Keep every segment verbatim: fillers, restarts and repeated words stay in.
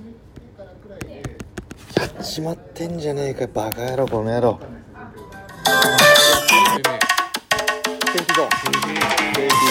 やっちまってんじゃねえかバカ野郎この野郎。天気ゾーン天気ゾ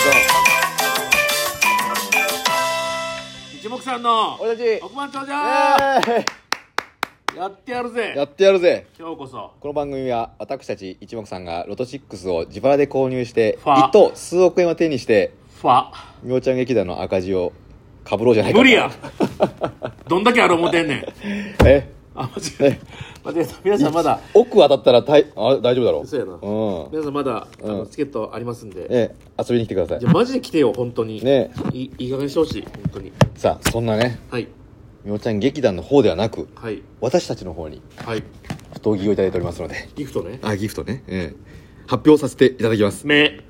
一目散のーン俺たち億万長者やってやるぜ。 やってやるぜ。 今日こそこの番組は私たち一目さんがロトシックスを自腹で購入してファ一等数億円を手にしてファみょうちゃん劇団の赤字をかぶろうじゃないか。 無理やどんだけある思てんねん。 えあ間違えた間違えた。皆さんまだ奥当たったらたいあ大丈夫だろう。 そうやな、 うん皆さんまだ、 うんあのチケットありますんで、 え遊びに来てくださいじゃあマジで来てよ本当にね。 いいい加減にしてほしい本当に。 さあそんなねはいみょうちゃん劇団の方ではなくはい私たちの方にはい太着をいただいておりますので、 ギフトね。 あギフトね、ええ発表させていただきます。 目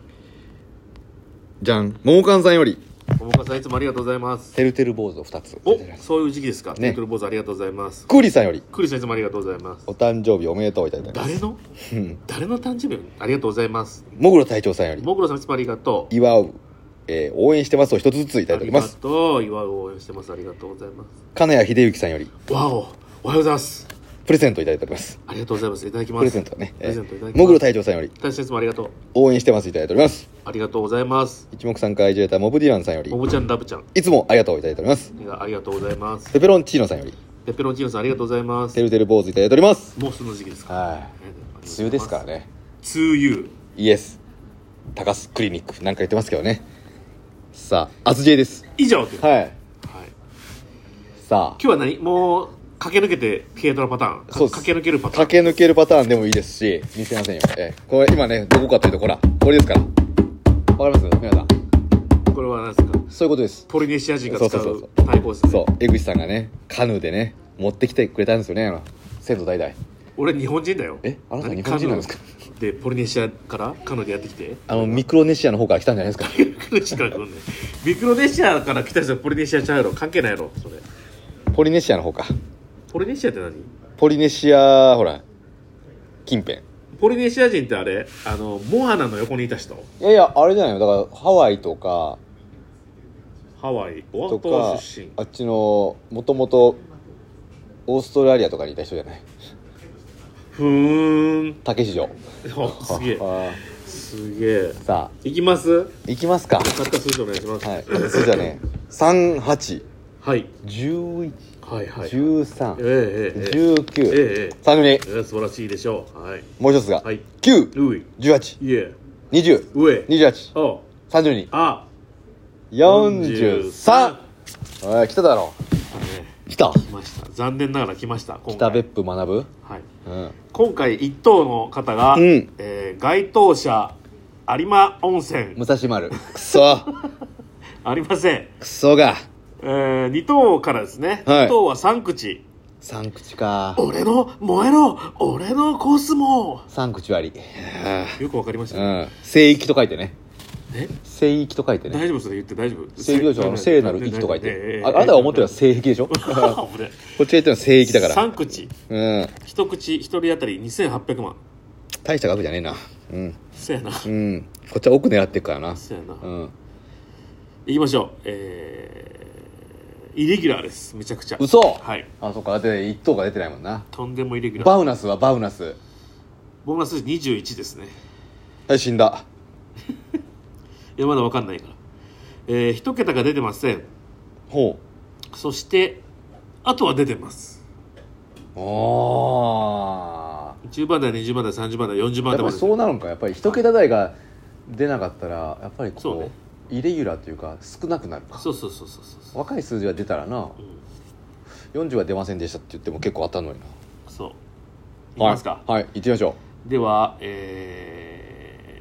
じゃん、ももかんさんより桃川さんいつもありがとうございます。 てるてる坊主をふたつ。 おそういう時期ですか。 ねタイトル坊主ありがとうございます。 クーリーさんよりクリスさんいつもありがとうございます。 お誕生日おめでとういただいております。 誰のうん誰の誕生日ありがとうございます。 もぐろ隊長さんよりもぐろさんいつもありがとう。 祝う、えー応援してますを一つずついただいておりまありす。 がとう。祝う応援してます。ありがとうございます。 金谷秀幸さんよりわおおはようございます。 プレゼントいただいております。 ありがとうございます。いただきます。 プレゼントね、 プレゼントいただきます。 もぐろ隊長さんより大切いつもありがとう。 応援してますいただいております。 ありがとうございます。 一目散からいじれたモブディランさんよりももちゃんラブちゃんいつもありがとういただいております。 いやありがとうございます。 ペペロンチーノさんよりペペロンチーノさんありがとうございますて。るてる坊主いただいております。 もうその時期ですか。 はい、 ありがとうございます梅雨ですからね。 梅雨イエス高須クリニックなんか言ってますけどね。さあアズジェイです。 以上という、 はいはい、 さあ今日は何もう駆け抜けて軽トラパターンかそうです駆け抜けるパターン。 駆け抜けるパターンでもいいですし見せませんよ、ええこれ今ねどこかというとほらこれですからわかります皆さん。 これは何ですか。 そういうことです。 ポリネシア人が使そうそううそうそう太鼓ですね。 そう江口さんがねカヌーでね持ってきてくれたんですよねあの先祖代々。 俺日本人だよ。 えあなた何日本人なんですか。 カヌーでポリネシアからカヌーでやってきてあのミクロネシアの方から来たんじゃないですか。 ミクロネシアから来るんだよ。ミクロネシアから来た人はポリネシアちゃうやろ。関係ないやろそれ。 ポリネシアの方か。 ポリネシアって何。 ポリネシアほら近辺。 ポリネシア人ってあれあのモアナの横にいた人。 いやいやあれじゃないのだからハワイとかハワイオアとフ島か出身。 あっちのもともとオーストラリアとかにいた人じゃない。 ふーん。 竹市場。 おすげえあすげえ。 さあ行きます行きますか。 買った数字お願いします。 はいそれじゃあねさんはちはいじゅういちはいはいじゅうさんええええじゅうきゅうええさんじゅうにええ素晴らしいでしょう。はいもう一つがはいきゅうういじゅうはちいえにじゅう上にじゅうはちおさんじゅうにあよんじゅうさん。おい来ただろね来た。 来ました。残念ながら来ました。今回北別府学ぶ。 はいうん今回一等の方が、 うんえー該当者有馬温泉武蔵丸くそありません。 くそがえー、に等からですね、 はいに等はさん口。 三口か。 俺の燃えろ俺のコスモ。 三口割り。 よくわかりましたうね。 ん聖域と書いてね。 え聖域と書いてね。 大丈夫それ言って大丈夫。 聖域でしょあの聖なる域と書いてえーああなたが思ってるのは聖域でしょこ危ないっちが言ってるのは聖域だからさん口うん一口一人当たりにせんはっぴゃくまん。 大した額じゃねえなうんそやなうんこっちは奥狙ってっからなそやな、 うん行きましょう。えー、イレギュラーですめちゃくちゃ。 嘘はいあそっかだって一等が出てないもんな。 とんでもイレギュラー。 バウナスはバウナス。 ボーナスにじゅういちですね。 はい死んだ。 いやまだわかんないから。えー、一桁が出てません。 ほそしてあとは出てます。 うあじゅうばん台にじゅうばん台さんじゅうばん台よんじゅうばんやっぱ台まで。 りそうなるんか。やっぱり一桁台が出なかったらやっぱりこうそうねイレギュラーというか少なくなるか。 そうそうそうそうそう若い数字が出たらな、 うんよんじゅうは出ませんでしたって言っても結構当たるのにな。 そう。いきますか。 はい、はい、行ってみましょでは、え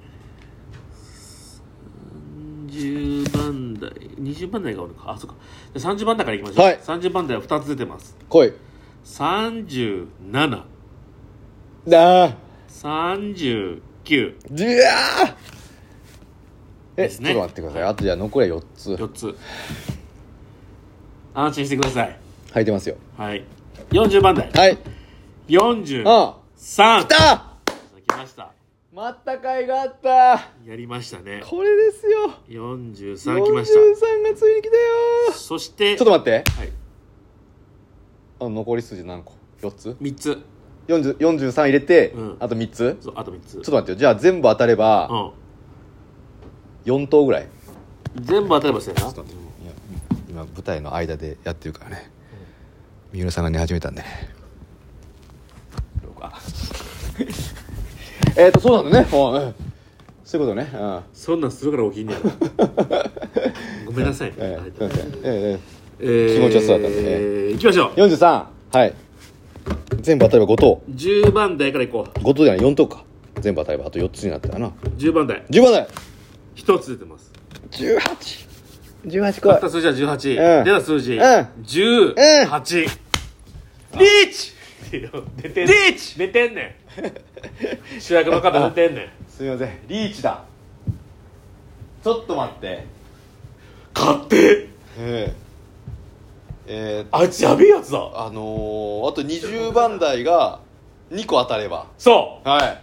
ー、さんじゅうばん台にじゅうばん台がおるか。あそうか。じゃあさんじゅうばん台からいきましょう。 はいさんじゅうばん台はふたつ出てます。 う。来い。 さんじゅうなな、 だーさんじゅうきゅうじゃーえ、 ですねちょっと待ってください。あとじゃあ残りはよっつよっつ。安心してください。 入ってますよ。 はい。よんじゅうばん台。 はい。 よんじゅうあさん。 来た来ました。 待った甲斐があった。 やりましたね。 これですよ。 よんじゅうさん来ましよんじゅうさんがついに来たよ。 た。そして、 ちょっと待って。 はい。 あの残り数字何個？よっつ？ みっつ。 よんじゅう よんじゅうさん入れて、うん、あとみっつ？ そう、あとみっつ。ちょっと待ってよ。じゃあ全部当たれば、うん、よん等ぐらい。 全部当たればそうやな。ちょっと待って。 今舞台の間でやってるからね、うん、三浦さんが寝始めたんでね。どうかえっとそうなんだね、うん、そういうことね、うん、 そんなんするから起きんねやろごめんなさい、 えー、すいません、えーえー、 気持ちよさだったんで、 えー、いきましょう。 よんじゅうさん、はい、全部当たればご等。 じゅうばん台からいこう。 ご等じゃないよん等か。全部当たればあとよっつになったらな。 じゅうばん台、 じゅうばん台ひとつ出てます。 じゅうはち、じゅうはちこい。 買った数字はじゅうはち、 うん、 出た数字、 うん、 じゅうはち、うん、リーチ出てんリーチ出てんねん主役の方出てんねんすみません、リーチだ。ちょっと待って、 買ってえー、えー、 あいつやべえやつだ。 あのー、あとにじゅうばん台がにこ当たれば、 そう、 はい、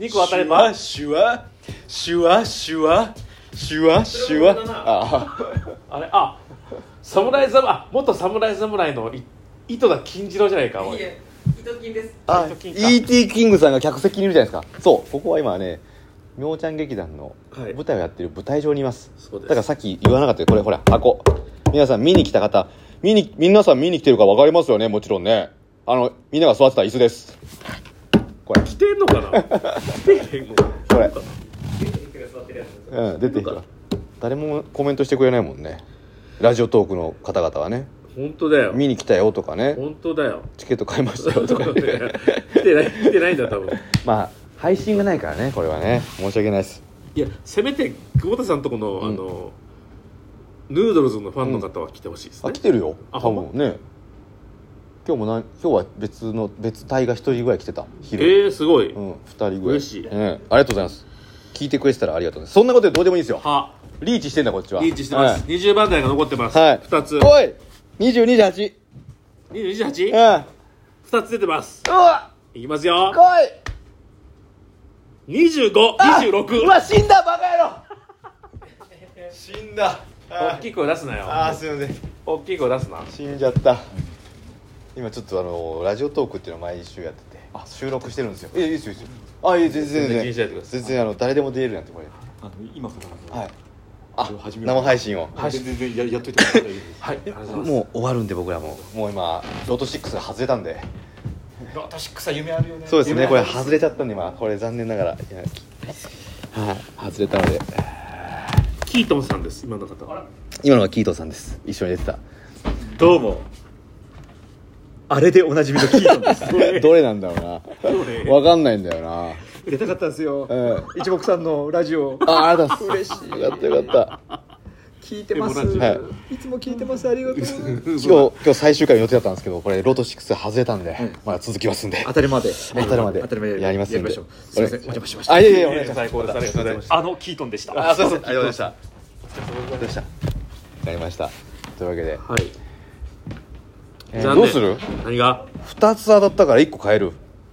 にこ当たればシュワシュワシュワシュワシュワシュワ、 ああれ、あ侍侍、あ元侍侍の糸田金次郎じゃないか。おい、いえ、 糸金です。 あ、イーティー キングさんが客席にいるじゃないですか。そう、ここは今ね、みょうちゃん劇団の舞台をやってる舞台上にいます、はい、だからさっき言わなかったけど、これほら箱、皆さん見に来た方、見に皆さん見に来てるか分かりますよね。もちろんね、あのみんなが座ってた椅子です。これ来てんのかな来てんのこれうん、出てるから誰もコメントしてくれないもんね、ラジオトークの方々はね。 本当だよ、 見に来たよとかね、 本当だよ、 チケット買いましたよとか来てない来てないんだ多分まあ配信がないからね、これはね、申し訳ないです。 いや、せめて久保田さんとこの、うん、あのヌードルズのファンの方は来てほしいですね、うん、 あ、来てるよ、 あ、 多分ね。今日もな、今日は別の別隊が一人ぐらい来てた。昼。 えー、すごい、 うん、二人ぐらい。 嬉しい、 うん、ありがとうございます。聞いてくれてたらありがとうございます。そんなことでどうでもいいですよ。 はリーチしてんだこっちは。 リーチしてます、はい、にじゅうばん台が残ってます、 はい、 ふたつ。 おい、にじゅう、にじゅうはち、 にじゅう、にじゅうはち、 うん、 ふたつ出てます。 うわ、 いきますよ、 来い、にじゅうご、にじゅうろく。 うわ、死んだバカ野郎死んだ。 大きい声出すなよ。 あー、すいません、 大きい声出すな。 死んじゃった。今ちょっとあのラジオトークっていうのを毎週やってて、あ、収録してるんですよ。いや、いいですよ、いいですよ。あ、いい、全然全然全然、あの誰でも出れるなんて、これあの今からはい、あ、生配信を、 はい、全然 や, やっといてくださいはい、ありがとうございます。 もう終わるんで、僕らももう今ロトシックスが外れたんで。 ロトシックスは夢あるよね。 そうですね、これ外れちゃったんで、今これ残念ながら、いや、はい、外れたので。 キートンさんです、今の方は。 今のはキートンさんです、一緒に出てた。 どうも、あれでおなじみのキートンですどれなんだろうな、分かんないんだよな。 入れたかったんですよ、 うん、 一目さんのラジオ。 ああ、だす嬉しい、 よかったよかった、 聞いてます、 はい、 いつも聞いてます、ありがとう。今日今日最終回の予定だったんですけど、これロトシックス外れたんで、うん、まだ続きますんで、 当たりまで当たりまで当たりまでやりますんで、 すみません、お邪魔しました。 あ、いやいや、お願いします。 最高です、ありがとうございました。 あのキートンでした。 あ、そうそう、ありがとうございました。ありがとうございました。わかりました。というわけで、 はい、 えー、どうする？ 何が？ ふたつ当たったからいっこ変える。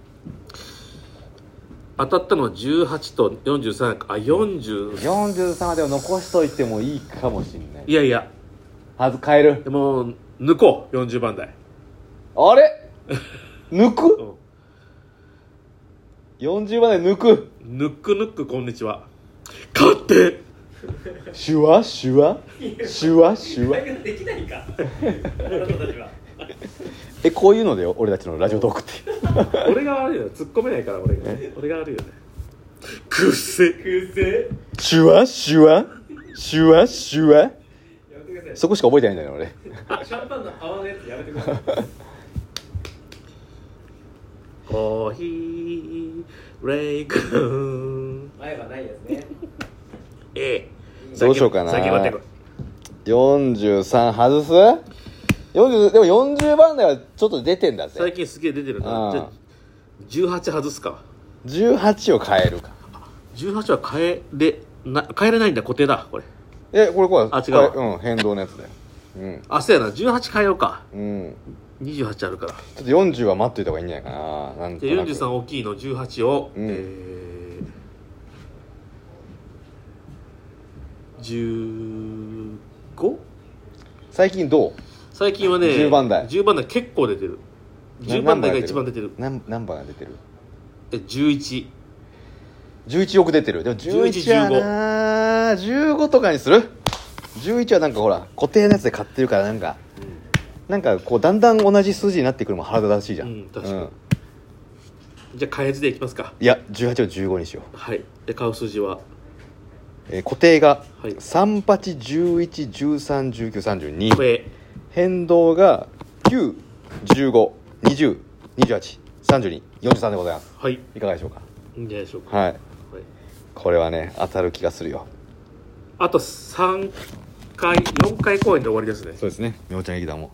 当たったのはじゅうはちとよんじゅうさん。あ、よんじゅう。 よんじゅうさんまでを残しといてもいいかもしれない。 いやいや、 はず変える。 でも抜こう、よんじゅうばん台。 あれ抜く、うん、よんじゅうばん台抜く。 抜く抜く、こんにちは。勝ってシュワシュワシュワシュワできないかえ、こういうのでよ、俺たちのラジオトークって俺が悪いよ、突っ込めないから俺が俺が悪いよね。くっせくっせシュワシュワシュワシュワ、そこしか覚えてないんだよ俺。 シャンパンの泡のやつやめてください。 コーヒーレイク前はないやつね。 ええ、 どうしようかな。 先待ってよんじゅうさん外す。よんじゅうでもよんじゅうばん台はちょっと出てんだぜ。 最近すげえ出てるな。じゃあじゅうはち外すか。 じゅうはちを変えるか。 じゅうはちは変えれな変えれないんだ、固定だこれ。 え、これこれあ、違う、 うん、変動のやつだよ。うん、 あ、そうやな、じゅうはち変えようか。 うん、 にじゅうはちあるから。ちょっとよんじゅうは待っといた方がいいんじゃないかな。なんとなくよんじゅうさん大きいのじゅうはちを、うん、えー、じゅうご？ 最近どう？ 最近はねじゅうばん台じゅうばん台結構出てる。じゅうばん台が一番出てる。 何何番が出てる？ えじゅういち。 じゅういちよく出てる。でもじゅういちやな。じゅうごとかにする？じゅういちはなんかほら固定のやつで買ってるからなんか、うん、なんかこうだんだん同じ数字になってくるのも腹立たしいじゃん、うん、 確かに、うん、じゃあ開発でいきますか。 いやじゅうはちをじゅうごにしよう。 はい。で買う数字は、 えー、固定がはい、 さん、はち、じゅういち、じゅうさん、じゅうきゅう、さんじゅうに、変動がきゅう、じゅうご、にじゅう、にじゅうはち、さんじゅうに、よんじゅうさんでございます。 はい。 いかがでしょうか。 いいんじゃないでしょうか。 はい、 はい、 これはね当たる気がするよ。 あとさんかいよんかい公演で終わりですね。 そうですね。みょうちゃん劇団も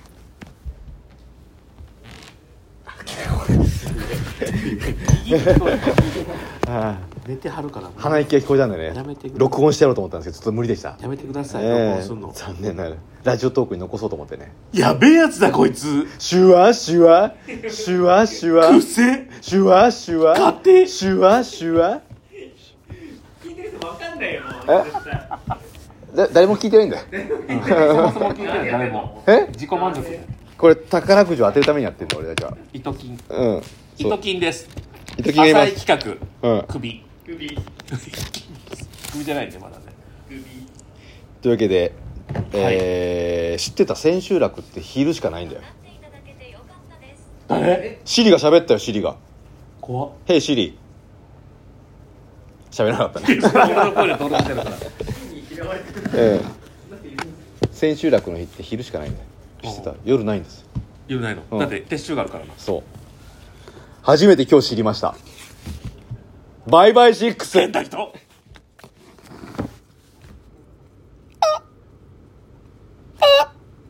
寝てはるから鼻息が聞こえたんでね、録音してやろうと思ったんですけどちょっと無理でした。 やめてください、 えー、 録音すんの残念ながらラジオトークに残そうと思ってね。 やべえやつだこいつ。 シュワシュワシュワシュワくせシュワシュワ勝手シュワシュワ聞いてる人分かんないよもう絶対だ誰も聞いてないんだよそもそも聞いてる誰も。 え自己満足。 これ宝くじを当てるためにやってんの俺たちは。 糸金。 うん糸金です。 糸金がいます。 浅い企画、うん、首首首じゃないねまだね。 首というわけで、えーはい、知ってた千秋楽ってヒールしかないんだよ。 誰？ シリが喋ったよ。シリが怖っ。 ヘイシリ喋らなかったね俺の声で登録してるからえー、千秋楽の日って昼しかないんだよ。知ってた？夜ないんですよ。 夜ないの、うん、だって撤収があるからな。 そう初めて今日知りました。バイバイシックス変な人